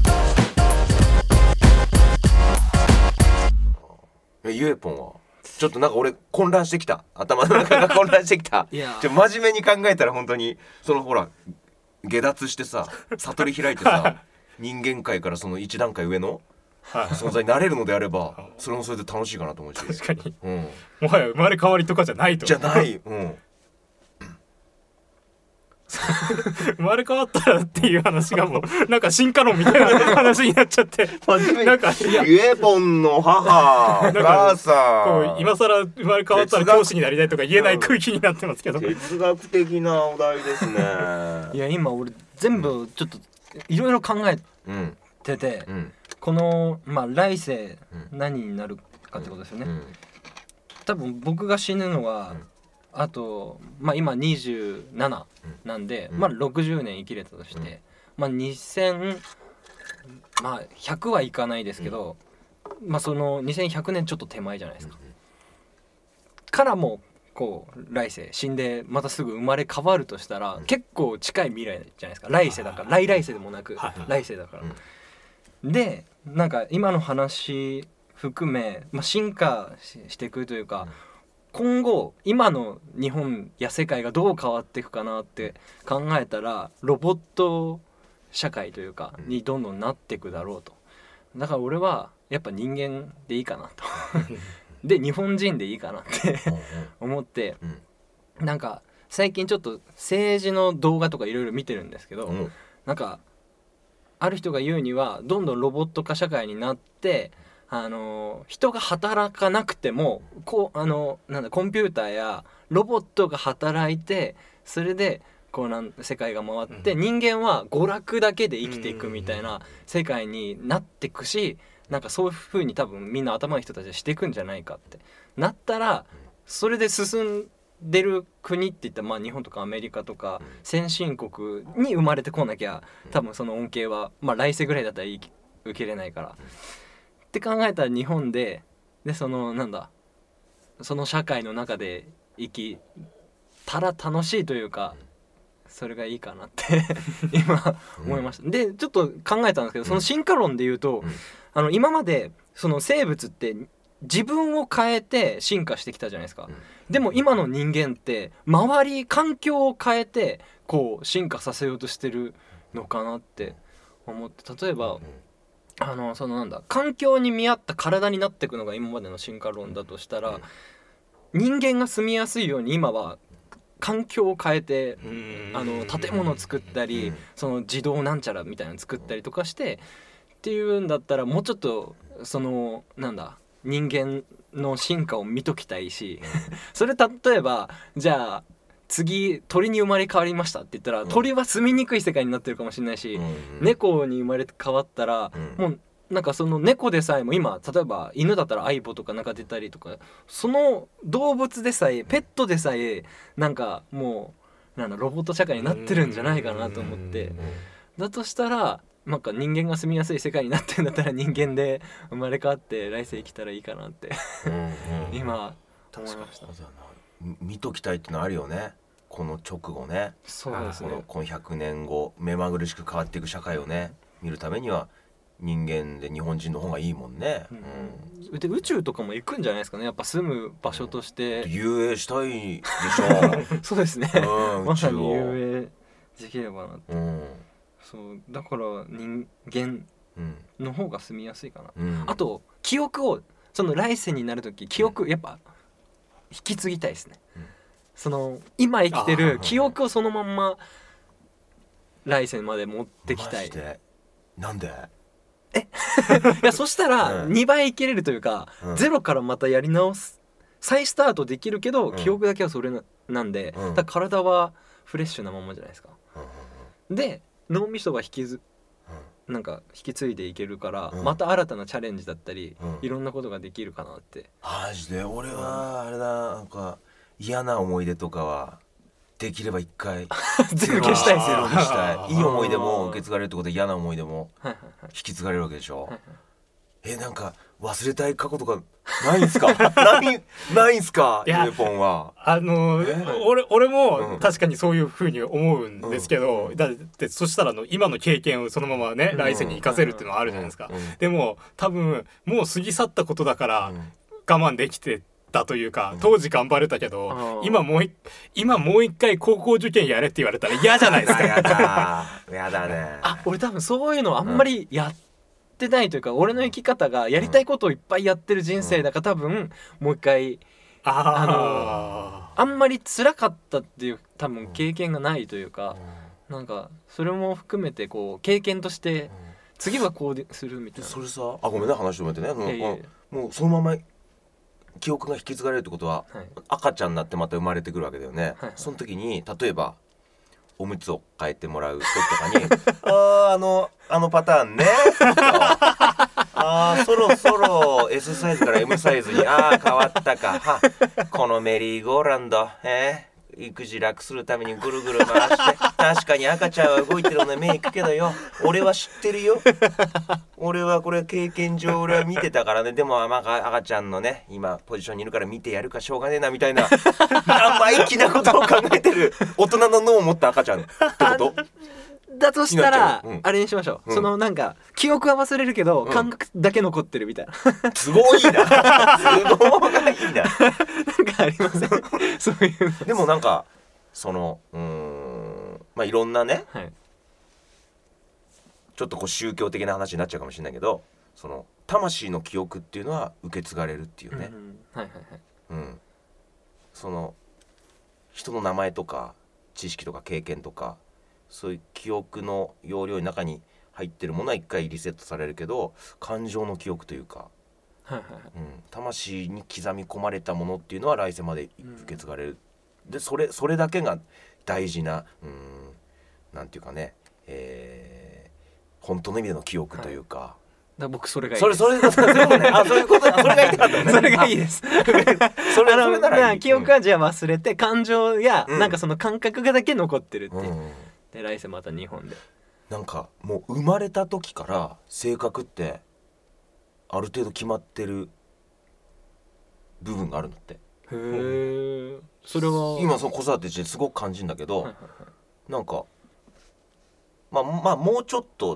のゆえぽんはちょっとなんか俺混乱してきた。頭の中が混乱してきたいやちょ真面目に考えたら本当にそのほら下脱してさ悟り開いてさ人間界からその一段階上の存在になれるのであればそれもそれで楽しいかなと思うし確かに、うん、もはや生まれ変わりとかじゃないとじゃない、うん、 生まれ変わったらっていう話がもうなんか進化論みたいな話になっちゃってなんかゆえぽんの母お母さんこう今更生まれ変わったら教師になりたいとか言えない空気になってますけど哲学的なお題ですねいや今俺全部ちょっといろいろ考えてて、うんうん、この、まあ、来世何になるかってことですよね、うん、多分僕が死ぬのは、うん、あと、まあ、今にじゅうなななんで、うん、まあ、ろくじゅうねん生きれたとして、うん、まあ、にせん、まあ、ひゃくはいかないですけど、うん、まあ、そのにせんひゃくねんちょっと手前じゃないですか、うん、からもこう来世死んでまたすぐ生まれ変わるとしたら、うん、結構近い未来じゃないですか。来世だから来来世でもなく来世だから、うん、でなんか今の話含め、まあ、進化 し, していくというか、うん、今後今の日本や世界がどう変わっていくかなって考えたらロボット社会というかにどんどんなっていくだろうと。だから俺はやっぱ人間でいいかなとで日本人でいいかなって思って、うん、なんか最近ちょっと政治の動画とかいろいろ見てるんですけど、うん、なんかある人が言うにはどんどんロボット化社会になって、あの人が働かなくてもこうあのなんだコンピューターやロボットが働いてそれでこうなん世界が回って、うん、人間は娯楽だけで生きていくみたいな世界になっていくし、なんかそういう風に多分みんな頭のいい人たちはしていくんじゃないかってなったら、それで進んでる国っていったら、まあ、日本とかアメリカとか先進国に生まれてこなきゃ多分その恩恵は、まあ、来世ぐらいだったら受けれないからって考えたら日本ででそのなんだその社会の中で生きたら楽しいというかそれがいいかなって今思いました。でちょっと考えたんですけど、その進化論で言うと、あの今までその生物って自分を変えて進化してきたじゃないですか、うん、でも今の人間って周り環境を変えてこう進化させようとしてるのかなって思って、例えば、うん、あのそのなんだ環境に見合った体になっていくのが今までの進化論だとしたら、うん、人間が住みやすいように今は環境を変えてあの建物を作ったりその自動なんちゃらみたいなの作ったりとかしてっていうんだったらもうちょっとそのなんだ人間の進化を見ときたいしそれ例えばじゃあ次鳥に生まれ変わりましたって言ったら、うん、鳥は住みにくい世界になってるかもしれないし、うんうん、猫に生まれ変わったら、うん、もうなんかその猫でさえも今例えば犬だったら相棒とかなんか出たりとかその動物でさえペットでさえなんかもうなんだロボット社会になってるんじゃないかなと思って、だとしたらなんか人間が住みやすい世界になってるんだったら人間で生まれ変わって来世生きたらいいかなって今思いました。 見ときたいってのあるよね、この直後ね。 そうですね。 この、このひゃくねんご目まぐるしく変わっていく社会をね見るためには人間で日本人の方がいいもんね、 うん、で宇宙とかも行くんじゃないですかね、やっぱ住む場所として、 うん、遊泳したいでしょそうですね、 うん、 まさに遊泳できればなって、 うん、 そうだから人間の方が住みやすいかな、 うん、 あと記憶をその来世になるとき記憶やっぱ引き継ぎたいですね、うん、その今生きてる記憶をそのまんま来世まで持ってきたい。 マジで？なんで？ えいやそしたらにばい生きれるというか、うん、ゼロからまたやり直す再スタートできるけど、うん、記憶だけはそれ な, なんで、うん、だから体はフレッシュなままじゃないですか、うん、で脳みそが引きずなんか引き継いでいけるから、うん、また新たなチャレンジだったり、うん、いろんなことができるかなって。 マジで俺はあれだ、なんか嫌な思い出とかはできれば一回全部消したいですよ。 ゼロにしたい。いい思い出も受け継がれるってことで嫌な思い出も引き継がれるわけでしょ、はいはい、えなんか忘れたい過去とかないんすかないないんすかゆめぽんは。 あのー、俺, 俺も確かにそういう風に思うんですけど、うん、だってそしたらの今の経験をそのままね、うん、来世に生かせるっていうのはあるじゃないですか、うん、でも多分もう過ぎ去ったことだから我慢できてだというか、当時頑張れたけど、うん、今もう今もう一回高校受験やれって言われたら嫌じゃないですか。 やだやだね。 あ、俺多分そういうのあんまりやってないというか、うん、俺の生き方がやりたいことをいっぱいやってる人生だから、多分もう一回あ, あのあんまり辛かったっていう多分経験がないというか、うん、なんかそれも含めてこう経験として次はこうするみたいな。 それさ、あごめんね話止めてね、いやいやもうそのまま記憶が引き継がれるってことは、はい、赤ちゃんになってまた生まれてくるわけだよね、はいはい、その時に例えばおむつを変えてもらう時とかにあーあのあのパターンねあーそろそろ エス サイズから エム サイズにあー変わったかはこのメリーゴーランドえー育児楽するためにぐるぐる回して確かに赤ちゃんは動いてるので目いくけどよ俺は知ってるよ俺はこれ経験上俺は見てたからねでも赤ちゃんのね今ポジションにいるから見てやるかしょうがねえなみたいな生意気なことを考えてる大人の脳を持った赤ちゃんってことだとしたら、うん、あれにしましょう、うん、そのなんか記憶は忘れるけど、うん、感覚だけ残ってるみたいなすごいなすごいななんかありませんそういうの。 でもなんかそのうーんまあいろんなね、はい、ちょっとこう宗教的な話になっちゃうかもしれないけどその魂の記憶っていうのは受け継がれるっていうね、うん、はいはいはい、うん、その人の名前とか知識とか経験とかそういう記憶の容量の中に入ってるものは一回リセットされるけど感情の記憶というか、はいはいはい、うん、魂に刻み込まれたものっていうのは来世まで受け継がれる、うん、でそれそれだけが大事なうーんなんていうかね、えー、本当の意味での記憶というか、はい、 だ僕それがいいです。 それそれそれそれあそういうことそれが言いたかったね。 それがいいです。それそれならいい。記憶はじゃあ忘れて、うん、感情や、うん、なんかその感覚がだけ残ってるっていう。うん、で来世また日本で。 なんかもう生まれた時から性格ってある程度決まってる部分があるんだって。へえ。それは今その子育てしてすごく感じるんだけど、はいはいはい、なんかまあまあもうちょっと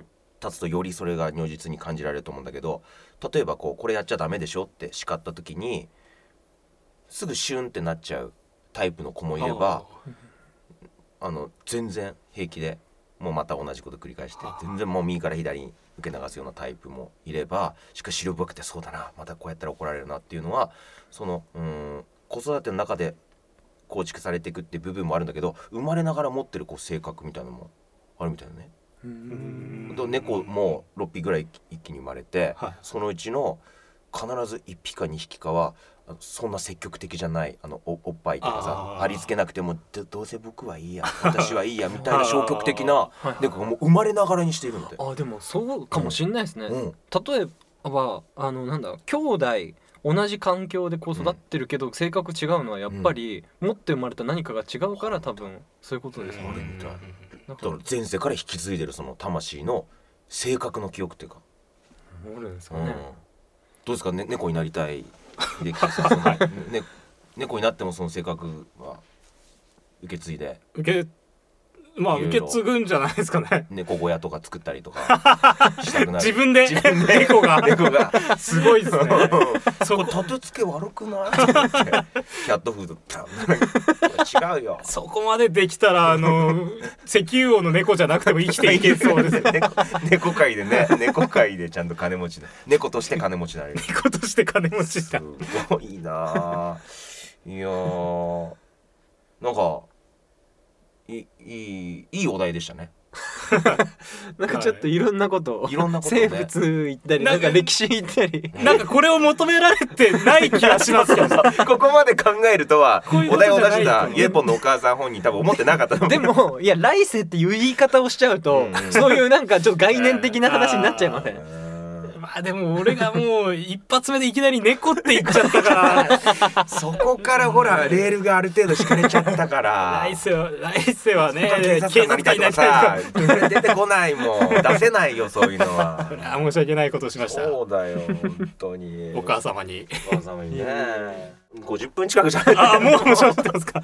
つとよりそれが如実に感じられると思うんだけど、例えばこうこれやっちゃダメでしょって叱った時にすぐシュンってなっちゃうタイプの子もいれば、あの全然平気でもうまた同じこと繰り返して全然もう右から左に受け流すようなタイプもいれば、しかし資料深くてそうだなまたこうやったら怒られるなっていうのは、そのうーん子育ての中で構築されていくっていう部分もあるんだけど、生まれながら持ってるこう性格みたいなのもあるみたいなね。 うーんと猫もろっぴきぐらい一気に生まれて、 はい、 そのうちの必ずいっぴきかにひきかはそんな積極的じゃない、あの お, おっぱいとかさ貼り付けなくてもどうせ僕はいいや私はいいやみたいな消極的な猫がもう生まれながらにしているので。 あでもそうかもしんないですね、 うん、 例えばあのなんだ兄弟同じ環境でこう育ってるけど、うん、性格違うのはやっぱり、うん、持って生まれた何かが違うから多分そういうことですよね。 だから前世から引き継いでるその魂の性格の記憶っていうかあるんですかね、 うん、どうですか、ね、猫になりたい秀樹さんね、猫になってもその性格は受け継いで受けまあ受け継ぐんじゃないですかね。 猫小屋とか作ったりとかしたくなる自分で自分で猫が猫がすごいですねそこ立て付け悪くないキャットフード違うよ。 そこまでできたらあの石油王の猫じゃなくても生きていけそうですよ猫, 猫界でね猫界でちゃんと金持ちだ猫として金持ちになれる猫として金持ちだ。 すごいな。いやーなんかいいいいいお題でしたね。 なんかちょっといろんなことを、 いろんなことね、 生物行ったりなんか歴史行ったりなんかこれを求められてない気がしますけどここまで考えるとはこういうお題を出ことじゃないしたイエポンのお母さん本人多分思ってなかったと思う。 でもいや来世っていう言い方をしちゃうと、 うんうん、 そういうなんかちょっと概念的な話になっちゃいません？ まあでも俺がもう一発目でいきなり猫って言っちゃったからそこからほらレールがある程度敷かれちゃったから来世は来世はね警察官になりたいとかさ出てこないもん出せないよそういうのは申し訳ないことをしました。 そうだよ本当にお母様にお母様にねごじゅっぷん近くじゃないあもうもうしゃべってますか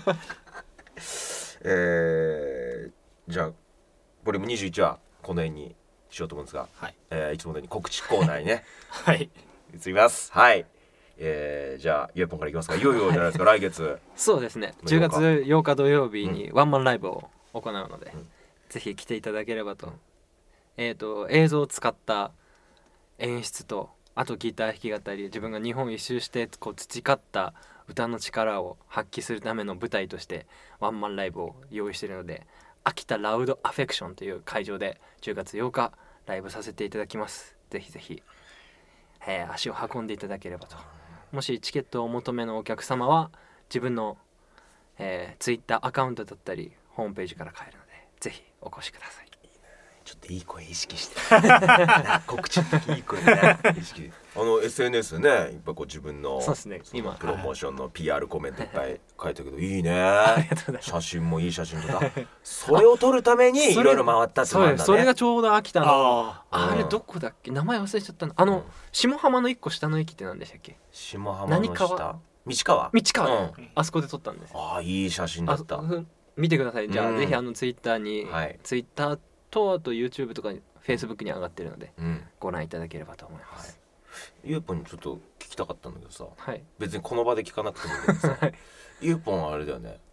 えー、じゃあボリュームにじゅういちはこの辺にしようと思うんですが、はいえー、いつものように告知コーナーにねはい移ります。はい、えー、じゃあゆえぽんからいきますか。いよいよじゃないですか来月そうですねじゅうがつようか土曜日にワンマンライブを行うので、うん、ぜひ来ていただければと、うん、えーと映像を使った演出とあとギター弾き語り自分が日本一周してこう培った歌の力を発揮するための舞台としてワンマンライブを用意しているので秋田ラウドアフェクションという会場でじゅうがつようかライブさせていただきます。ぜひぜひ、えー、足を運んでいただければと。もしチケットをお求めのお客様は自分の、えー、ツイッターアカウントだったりホームページから買えるのでぜひお越しください。 ちょっといい声意識して告知的いい声ね意識あの エスエヌエス でねいっぱいこう自分のそうですね今プロモーションの ピーアール コメントいっぱい書いてるけどいいね写真もいい写真とかそれを撮るためにいろいろ回ったってことなんだね。 それがちょうど秋田の あ, あ, あれどこだっけ名前忘れちゃったのあの、うん、下浜の一個下の駅って何でしたっけ。 下浜の下道川道川、 うん、 あそこで撮ったんです。 ああいい写真だった。 見てくださいじゃあ、うん、ぜひあのツイッターに、 はい、 ツイッターとあと YouTube とかに Facebook に上がってるので、 うん、 ご覧いただければと思います。 はい、ゆうぽんにちょっと聞きたかったんだけどさ、 はい、 別にこの場で聞かなくてもいいけどさ、はい、ゆうぽんはあれだよね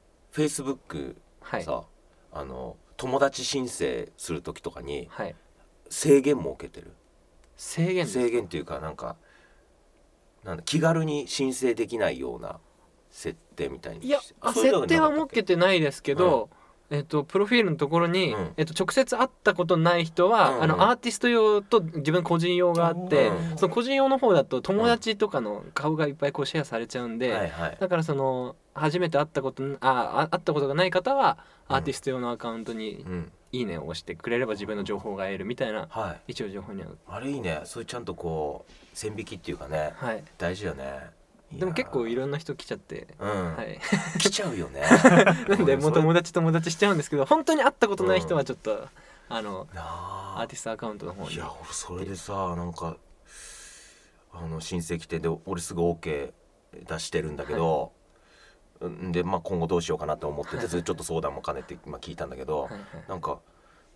Facebook さ、はい、あの友達申請する時とかに制限設けてる。 制限制限っていうかなんかなんだ気軽に申請できないような設定みたいに。 いや設定は設けてないですけど、うんえっと、プロフィールのところに、うんえっと、直接会ったことない人は、うんうん、あのアーティスト用と自分個人用があって、うん、その個人用の方だと友達とかの顔がいっぱいこうシェアされちゃうんで、うんはいはい、だからその初めて会ったことあ会ったことがない方はアーティスト用のアカウントにいいねを押してくれれば自分の情報が得るみたいな、はい、一応情報にはあれいいね。そういうちゃんとこう線引きっていうかね、はい、大事よね。 でも結構いろんな人来ちゃって、 うんはい、来ちゃうよねなんでもう友達友達しちゃうんですけど本当に会ったことない人はちょっと、うん、あのアーティストアカウントの方に。 いや俺それでさなんかあの申請来てで俺すぐ OK 出してるんだけど、はい、で、まあ、今後どうしようかなと思ってて、はい、ちょっと相談も兼ねて、まあ、聞いたんだけど、はいはい、なんか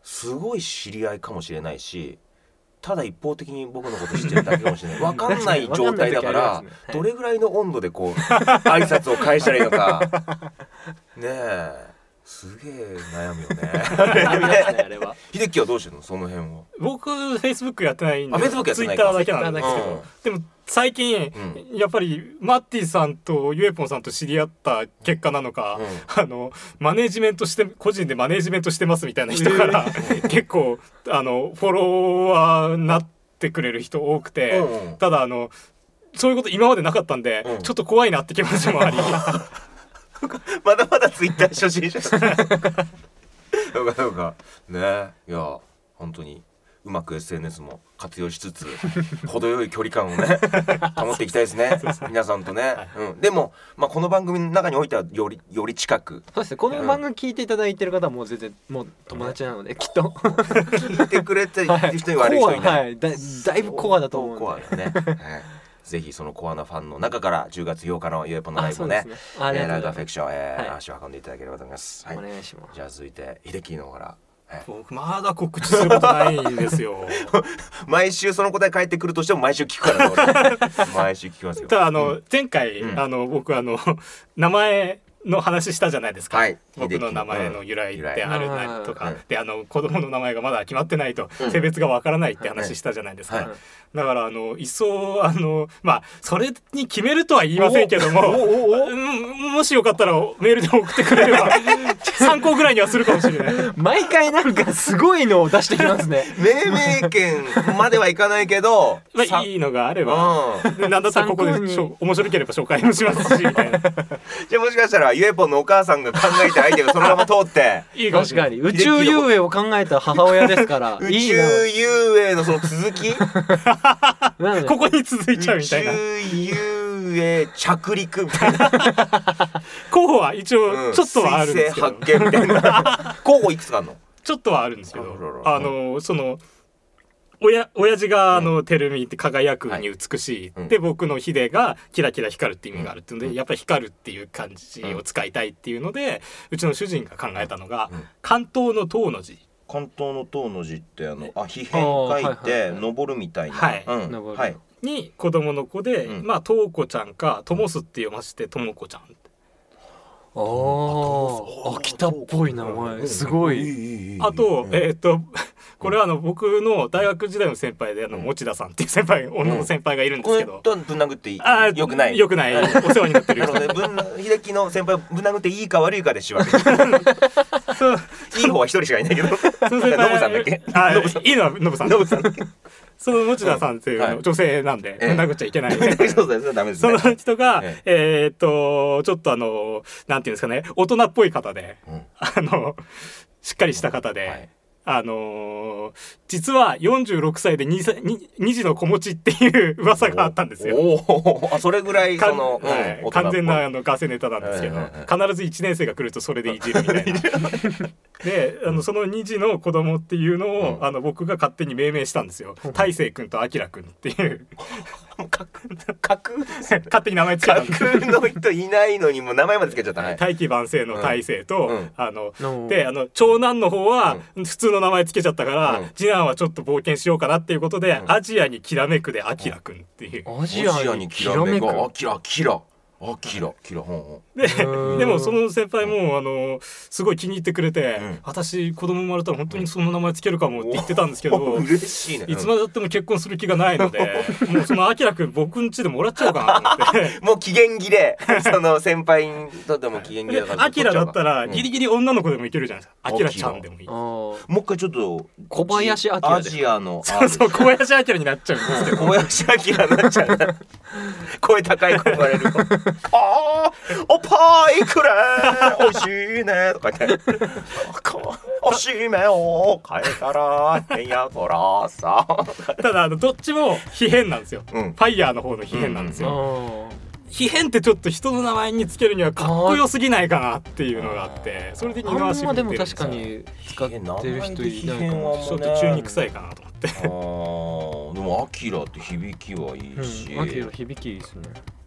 すごい知り合いかもしれないし、ただ一方的に僕のこと知ってるだけかもしれない分かんない状態だから、どれぐらいの温度でこう挨拶を返したらいいのかねえ、すげえ悩むよね秀樹はどうしてるのその辺は。 僕 Facebook やってないんで、 あ Facebook やってないか Twitter だけなんですけど、でも最近、うん、やっぱりマッティさんとゆえぽんさんと知り合った結果なのか、うん、あのマネージメントして個人でマネージメントしてますみたいな人から、えー、結構あのフォロワーになってくれる人多くて、うん、ただあのそういうこと今までなかったんで、うん、ちょっと怖いなって気持ちもありまだまだツイッター初心者そうかそうかね。いや本当にうまく エスエヌエス も活用しつつ程よい距離感をね保っていきたいですね皆さんとね、はい、うん、でも、まあ、この番組の中においてはよりより近く、 そうですね、この番組聞いていただいてる方はもう全然もう友達なので、ね、きっと聞いてくれてる人に悪い人いない、 はい、だ, だいぶコアだと思うんで、 コアだね、はい、ぜひそのコアなファンの中からじゅうがつようかのゆえぽんのライブをね、ねえー、ライブアフェクション、えーはい、足を運んでいただければと思います、はい、 お願いします。 じゃあ続いて秀樹の方から。 僕まだ告知することないんですよ毎週その答え返ってくるとしても毎週聞くからね毎週聞きますよ。 ただあの、うん、前回、うん、あの僕あの名前の話したじゃないですか、はい、僕の名前の由来ってあるなとか、うん、であの子供の名前がまだ決まってないと、うん、性別がわからないって話したじゃないですか、はい、だからあの一層あのまあそれに決めるとは言いませんけどももしよかったらメールで送ってくれれば参考ぐらいにはするかもしれない毎回なんかすごいのを出してきますね命名権まではいかないけどまあいいのがあれば、うん、でなんだったらここで面白ければ紹介もしますしみたいなじゃあもしかしたらゆえぽんのお母さんが考えたアイデアがそのまま通っていいかもしれない。 確かに宇宙遊泳を考えた母親ですから宇宙遊泳のその続きここに続いちゃうみたいな。 宇宙遊泳着陸みたいな候補は一応ちょっとはあるんですけど、 うん、水星発見みたいな候補いくつかあるの？ ちょっとはあるんですけど、あのその親親父があの、うん、テルミって輝くに美しい、はい、で僕の秀がキラキラ光るって意味があるっていうので、うん、やっぱり光るっていう漢字を使いたいっていうので、うちの主人が考えたのが、うん、関東の東の字。 関東の東の字ってあのあ皮辺書いて登るみたいな、 はい、うん、はい、に子供の子で、うん、まあとうこちゃんかともすって読ませてともこちゃん。 ああ、秋田っぽい名前、すごい。 あと、えー、っとこれはあの僕の大学時代の先輩であの持田さんっていう先輩、女の先輩がいるんですけど、 これとぶん殴っていい？よくない。 よくない。お世話になってる。 秀樹の先輩ぶん殴っていいか悪いかでしょ。いい方は一人しかいないけど。ノブさんだっけ？ あ、いいのはノブさん。ノブさんだっけ？その持田さんっていう女性なんで、ぶん殴っちゃいけない。 そうです、ダメです。 その人がえっとちょっとあのなんていうんですかね、大人っぽい方で、あのしっかりした方で。あのー、実はよんじゅうろくさいで 2, 2児の子持ちっていう噂があったんですよ。 おあそれぐらいその、 うんはい、完全なあのガセネタなんですけど、必ずいちねん生が来るとそれでいじるみたいなであのそのに児の子供っていうのを、うん、あの僕が勝手に命名したんですよ。大成君と明君っていう架空勝手に名前つけたんです。 架空の人いないのにもう名前までつけちゃった、ね、 大器晩成の大成と、うん、あの、うん、であの長男の方は普通の名前つけちゃったから、うん、次男はちょっと冒険しようかなっていうことで、うん、アジアにきらめくで明君っていう、 アジアにきらめくあきらきらあキラキラほんほんででもその先輩もあのすごい気に入ってくれて、うん、私子供生まれたら本当にその名前つけるかもって言ってたんですけど、 嬉しいね、 いつまでだっても結婚する気がないのでもうそのアキラくん僕ん家でもらっちゃおうかなと思ってもう期限切れその先輩にとっても期限切れだからアキラだったらギリギリ女の子でもいけるじゃないですか。アキラちゃんでもいい。 もう一回ちょっと小林アキラアジアのそうそう小林アキラになっちゃうんですけど小林アキラになっちゃう声高い声言われるあーおっぱいくれおいしいねとか言っておしめを変えたらへんやこらさただあのどっちも非変なんですよ、うん、ファイヤーの方の非変なんですよ、うんうん、非変ってちょっと人の名前につけるにはかっこよすぎないかなっていうのがあってそれで二回し見てるんですよ。 あんまでも確かに使ってる人いないかも。 ちょっと中に臭いかなと思ってあでもアキラって響きはいいし、 うん、アキラ響きいいですね。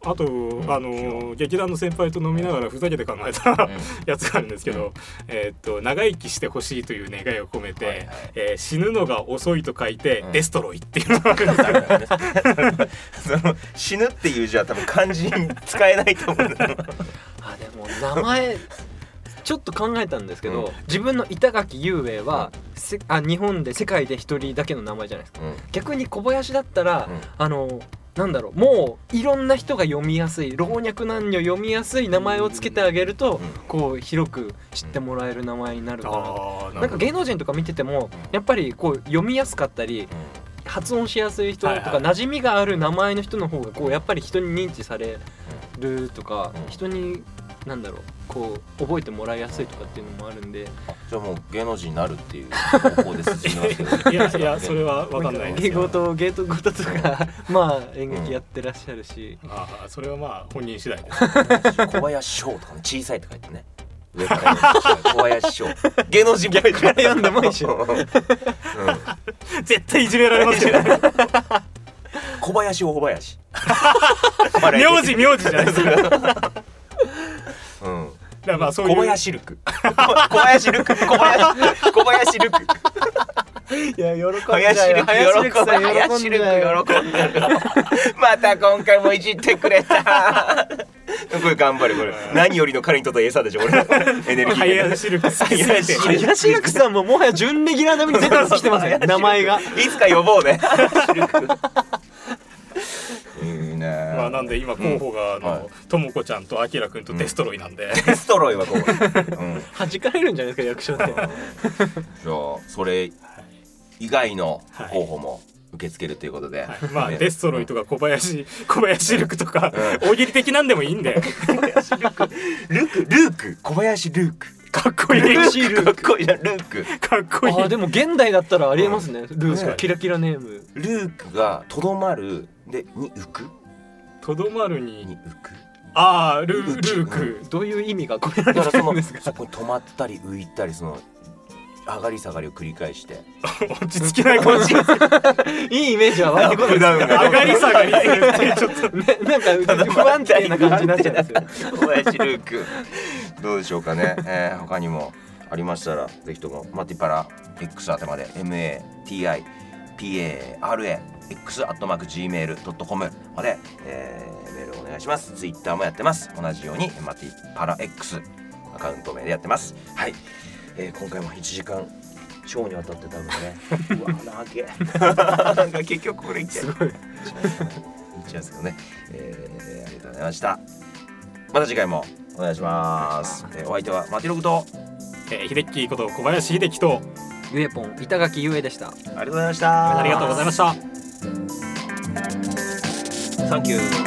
あとあの劇団の先輩と飲みながらふざけて考えた、うん、やつがあるんですけど、うん、えー、っと長生きしてほしいという願いを込めて、はいはい、えー、死ぬのが遅いと書いて、うん、デストロイっていうのがあるんですよ。 その死ぬっていう字は多分漢字に使えないと思うんだよ。 あでも名前ちょっと考えたんですけど、うん、自分の板垣雄英は、うん、あ日本で世界で一人だけの名前じゃないですか、うん、逆に小林だったら、うん、あのなんだろうもういろんな人が読みやすい老若男女読みやすい名前をつけてあげると、うん、こう広く知ってもらえる名前になるかなと、うん、なんか芸能人とか見ててもやっぱりこう読みやすかったり、うん、発音しやすい人とか、はいはい、馴染みがある名前の人の方がこうやっぱり人に認知されるとか、うん、人になんだろうこう覚えてもらいやすいとかっていうのもあるんで、 じゃあもう芸能人になるっていう方向で進みますけどいやいやそれは分かんないですよ。芸事芸事とかまあ演劇やってらっしゃるし、 うん、ああそれはまあ本人次第です小林翔とかね小さいとか言ってね上から小林翔芸能人逆から読んでも一緒、うん、 絶対いじめられますよね小林大林名字名字じゃないですかうん、 だからまあそういう小林ルク小林ルク小林小林ルクいや喜んで林ルク喜んで林ルク喜んでるまた今回もいじってくれたこれ頑張るこれ何よりの彼にとって餌でしょ俺のエネルギー林ルク林ルクさんももはや準レギュラー並みに出てきてますね名前がいつか呼ぼうね林ルクいいね。 まあなんで今候補があのともこちゃんとあきらくんとデストロイなんで、 デストロイはこう、うん、 弾かれるんじゃないですか役所で。 じゃあそれ以外の候補も受け付けるということで、はいはい、まあデストロイとか小林小林ルクとか、うん、大喜利的なんでもいいんで小林ルクルクルーク小林ルークかっこいいルークかっこいいなルークかっこいい。 あでも現代だったらありえますね、うん、ルークキラキラネームルークがとどまるでに浮くとどまるにに浮くあー ル, ルーク、 うん、どういう意味が込められてるんですか。 そこに止まったり浮いたりその上がり下がりを繰り返して落ち着きない感じいいイメージは湧いてこないです上がり下がりするってちょっと、ね、 なんか不安定な感じになっちゃうんですよ小林ルークどうでしょうかね、えー、他にもありましたらぜひともマティパラ X 宛てまで マティパラ X アットマーク ジーメールドットコム まで、えー、メールをお願いします。ツイッターもやってます。同じようにマティパラ X アカウント名でやってます。はい、えー、今回もいちじかん超にわたってたのでねうわ長けなんか結局これいっちゃうすごいいっちゃうんですけどね、えー、ありがとうございました。また次回もお願いします。えー、お相手はマティログと、 えー、秀樹こと小林秀樹とゆえぽん板垣ゆえでした。ありがとうございました。 ありがとうございました。 サンキュー。